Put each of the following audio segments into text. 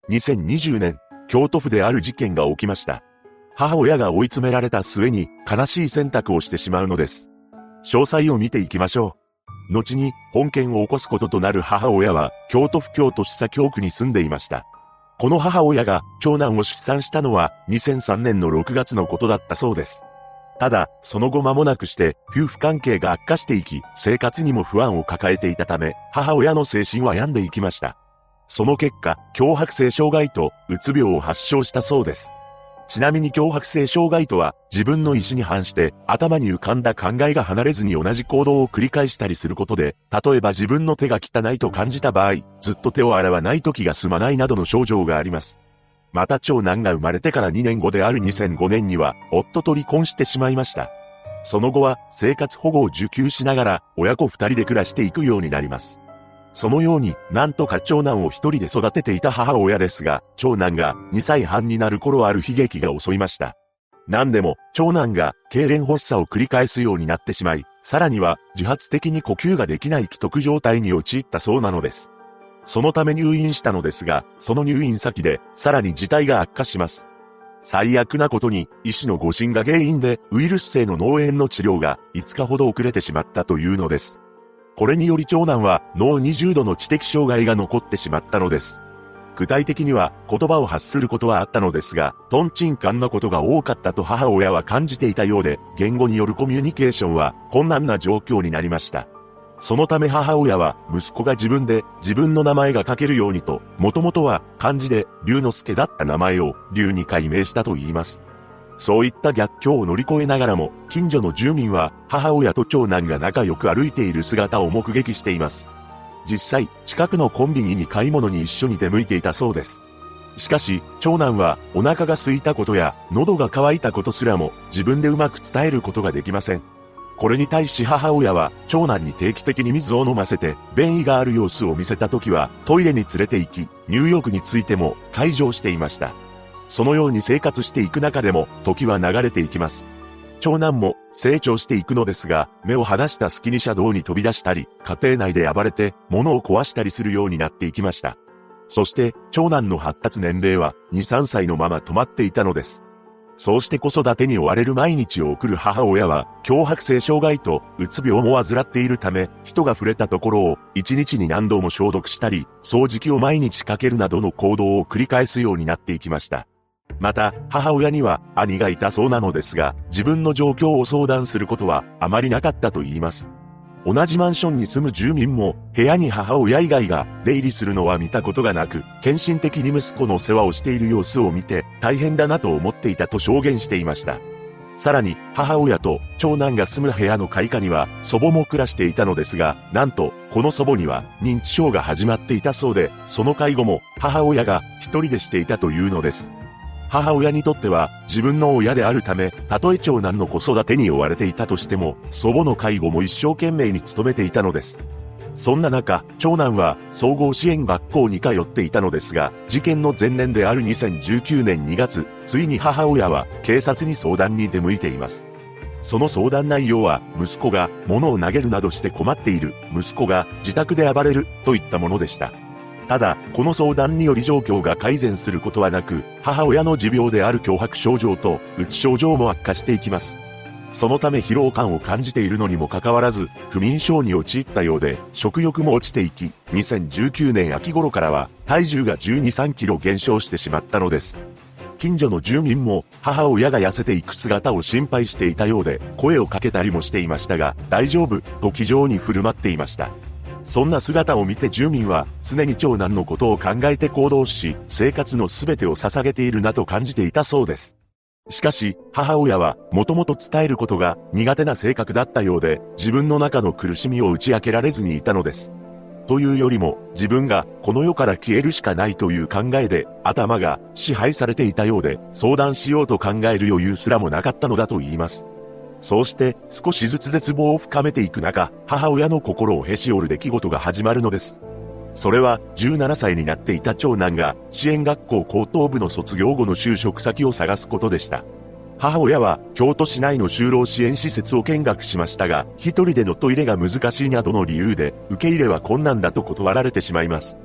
2020年、京都府である事件が起きました。母親が追い詰められた末に悲しい選択をしてしまうのです。詳細を見ていきましょう。後に本件を起こすこととなる母親は京都府京都市左京区に住んでいました。この母親が長男を出産したのは2003年の6月のことだったそうです。ただ、その後間もなくして夫婦関係が悪化していき、生活にも不安を抱えていたため、母親の精神は病んでいきました。その結果、強迫性障害とうつ病を発症したそうです。ちなみに強迫性障害とは自分の意思に反して頭に浮かんだ考えが離れずに同じ行動を繰り返したりすることで、例えば自分の手が汚いと感じた場合、ずっと手を洗わない時が済まないなどの症状があります。また長男が生まれてから2年後である2005年には夫と離婚してしまいました。その後は生活保護を受給しながら親子2人で暮らしていくようになります。そのようになんとか長男を一人で育てていた母親ですが、長男が2歳半になる頃ある悲劇が襲いました。なんでも長男が痙攣発作を繰り返すようになってしまい、さらには自発的に呼吸ができない危篤状態に陥ったそうなのです。そのため入院したのですが、その入院先でさらに事態が悪化します。最悪なことに医師の誤診が原因でウイルス性の脳炎の治療が5日ほど遅れてしまったというのです。これにより長男は脳20度の知的障害が残ってしまったのです。具体的には言葉を発することはあったのですが、トンチンカンなことが多かったと母親は感じていたようで、言語によるコミュニケーションは困難な状況になりました。そのため母親は息子が自分で自分の名前が書けるようにと、もともとは漢字で龍之介だった名前を龍に改名したと言います。そういった逆境を乗り越えながらも、近所の住民は母親と長男が仲良く歩いている姿を目撃しています。実際、近くのコンビニに買い物に一緒に出向いていたそうです。しかし、長男はお腹が空いたことや喉が渇いたことすらも自分でうまく伝えることができません。これに対し母親は長男に定期的に水を飲ませて便意がある様子を見せたときはトイレに連れて行き、入浴についても介助していました。そのように生活していく中でも時は流れていきます。長男も成長していくのですが、目を離した隙に車道に飛び出したり、家庭内で暴れて物を壊したりするようになっていきました。そして長男の発達年齢は2、3歳のまま止まっていたのです。そうして子育てに追われる毎日を送る母親は、強迫性障害とうつ病も患っているため、人が触れたところを1日に何度も消毒したり、掃除機を毎日かけるなどの行動を繰り返すようになっていきました。また、母親には兄がいたそうなのですが、自分の状況を相談することはあまりなかったと言います。同じマンションに住む住民も、部屋に母親以外が出入りするのは見たことがなく、献身的に息子の世話をしている様子を見て、大変だなと思っていたと証言していました。さらに、母親と長男が住む部屋の階下には、祖母も暮らしていたのですが、なんと、この祖母には認知症が始まっていたそうで、その介護も母親が一人でしていたというのです。母親にとっては自分の親であるため、たとえ長男の子育てに追われていたとしても、祖母の介護も一生懸命に努めていたのです。そんな中、長男は総合支援学校に通っていたのですが、事件の前年である2019年2月、ついに母親は警察に相談に出向いています。その相談内容は、息子が物を投げるなどして困っている、息子が自宅で暴れる、といったものでした。ただ、この相談により状況が改善することはなく、母親の持病である強迫症状とうつ症状も悪化していきます。そのため疲労感を感じているのにもかかわらず、不眠症に陥ったようで、食欲も落ちていき、2019年秋頃からは体重が12、3キロ減少してしまったのです。近所の住民も母親が痩せていく姿を心配していたようで、声をかけたりもしていましたが、大丈夫、と気丈に振る舞っていました。そんな姿を見て住民は常に長男のことを考えて行動し、生活のすべてを捧げているなと感じていたそうです。しかし、母親はもともと伝えることが苦手な性格だったようで、自分の中の苦しみを打ち明けられずにいたのです。というよりも、自分がこの世から消えるしかないという考えで、頭が支配されていたようで、相談しようと考える余裕すらもなかったのだと言います。そうして少しずつ絶望を深めていく中、母親の心をへし折る出来事が始まるのです。それは17歳になっていた長男が支援学校高等部の卒業後の就職先を探すことでした。母親は京都市内の就労支援施設を見学しましたが、一人でのトイレが難しいなどの理由で受け入れは困難だと断られてしまいます。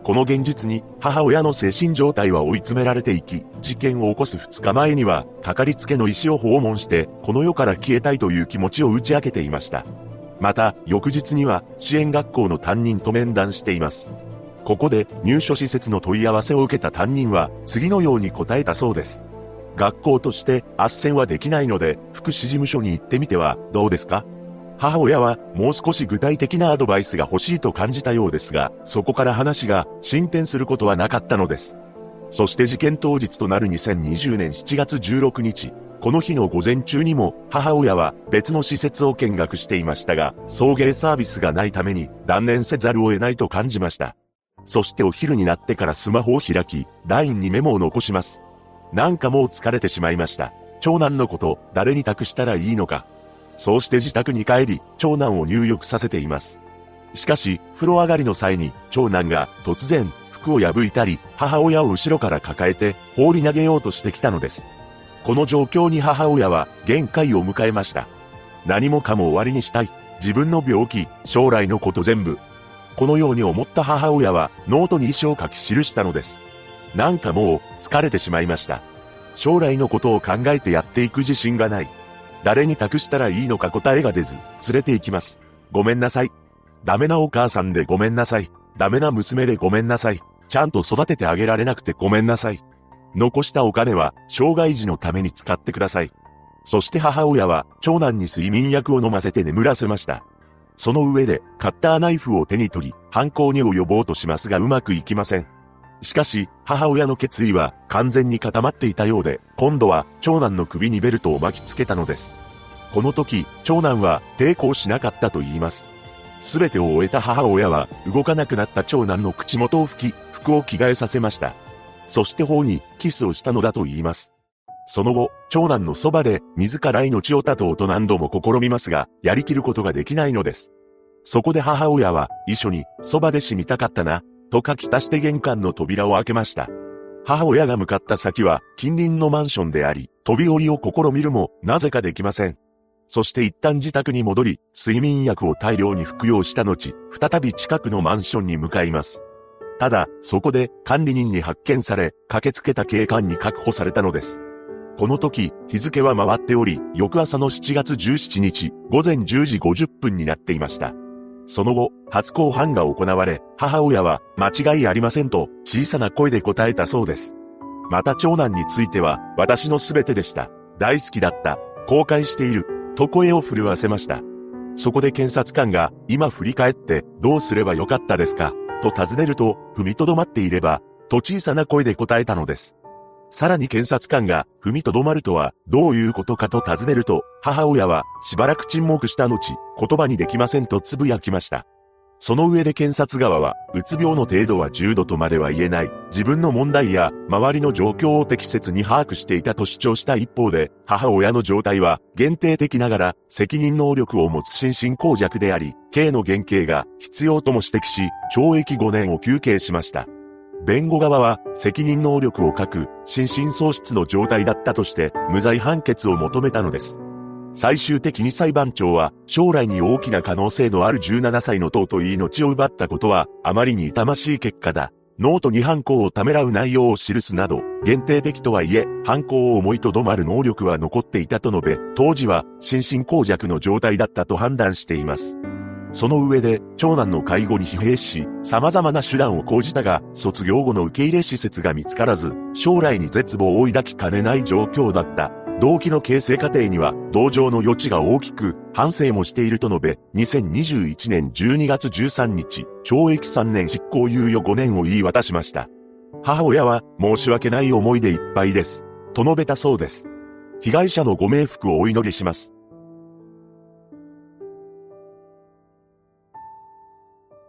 この現実に母親の精神状態は追い詰められていき、事件を起こす2日前には、かかりつけの医師を訪問して、この世から消えたいという気持ちを打ち明けていました。また、翌日には、支援学校の担任と面談しています。ここで、入所施設の問い合わせを受けた担任は、次のように答えたそうです。学校として、斡旋はできないので、福祉事務所に行ってみては、どうですか？母親はもう少し具体的なアドバイスが欲しいと感じたようですが、そこから話が進展することはなかったのです。そして事件当日となる2020年7月16日、この日の午前中にも母親は別の施設を見学していましたが、送迎サービスがないために断念せざるを得ないと感じました。そしてお昼になってからスマホを開き、LINE にメモを残します。なんかもう疲れてしまいました。長男のこと、誰に託したらいいのか。そうして自宅に帰り、長男を入浴させています。しかし、風呂上がりの際に、長男が突然、服を破いたり、母親を後ろから抱えて、放り投げようとしてきたのです。この状況に母親は、限界を迎えました。何もかも終わりにしたい。自分の病気、将来のこと全部。このように思った母親は、ノートに遺書を書き記したのです。なんかもう、疲れてしまいました。将来のことを考えてやっていく自信がない。誰に託したらいいのか答えが出ず、連れて行きます。ごめんなさい。ダメなお母さんでごめんなさい。ダメな娘でごめんなさい。ちゃんと育ててあげられなくてごめんなさい。残したお金は、障害児のために使ってください。そして母親は、長男に睡眠薬を飲ませて眠らせました。その上で、カッターナイフを手に取り、犯行に及ぼうとしますがうまくいきません。しかし、母親の決意は完全に固まっていたようで、今度は長男の首にベルトを巻きつけたのです。この時、長男は抵抗しなかったと言います。すべてを終えた母親は、動かなくなった長男の口元を拭き、服を着替えさせました。そして頬にキスをしたのだと言います。その後、長男のそばで自ら命を絶とうと何度も試みますが、やりきることができないのです。そこで母親は、遺書に、そばで死にたかったな、と書き足して玄関の扉を開けました。母親が向かった先は近隣のマンションであり、飛び降りを試みるもなぜかできません。そして一旦自宅に戻り、睡眠薬を大量に服用した後、再び近くのマンションに向かいます。ただ、そこで管理人に発見され、駆けつけた警官に確保されたのです。この時、日付は回っており、翌朝の7月17日、午前10時50分になっていました。その後、初公判が行われ、母親は、間違いありませんと、小さな声で答えたそうです。また長男については、私のすべてでした。大好きだった。後悔している。と声を震わせました。そこで検察官が、今振り返って、どうすればよかったですかと尋ねると、踏みとどまっていれば、と小さな声で答えたのです。さらに検察官が、踏みとどまるとは、どういうことかと尋ねると、母親は、しばらく沈黙した後、言葉にできませんとつぶやきました。その上で検察側は、うつ病の程度は重度とまでは言えない、自分の問題や、周りの状況を適切に把握していたと主張した一方で、母親の状態は、限定的ながら、責任能力を持つ心神耗弱であり、刑の減刑が必要とも指摘し、懲役5年を求刑しました。弁護側は責任能力を欠く心神喪失の状態だったとして無罪判決を求めたのです。最終的に裁判長は将来に大きな可能性のある17歳の尊い命を奪ったことはあまりに痛ましい結果だ。ノートに犯行をためらう内容を記すなど限定的とはいえ犯行を思いとどまる能力は残っていたと述べ、当時は心神耗弱の状態だったと判断しています。その上で、長男の介護に疲弊し、様々な手段を講じたが、卒業後の受け入れ施設が見つからず、将来に絶望を抱きかねない状況だった。動機の形成過程には、同情の余地が大きく、反省もしていると述べ、2021年12月13日、懲役3年執行猶予5年を言い渡しました。母親は、申し訳ない思いでいっぱいです。と述べたそうです。被害者のご冥福をお祈りします。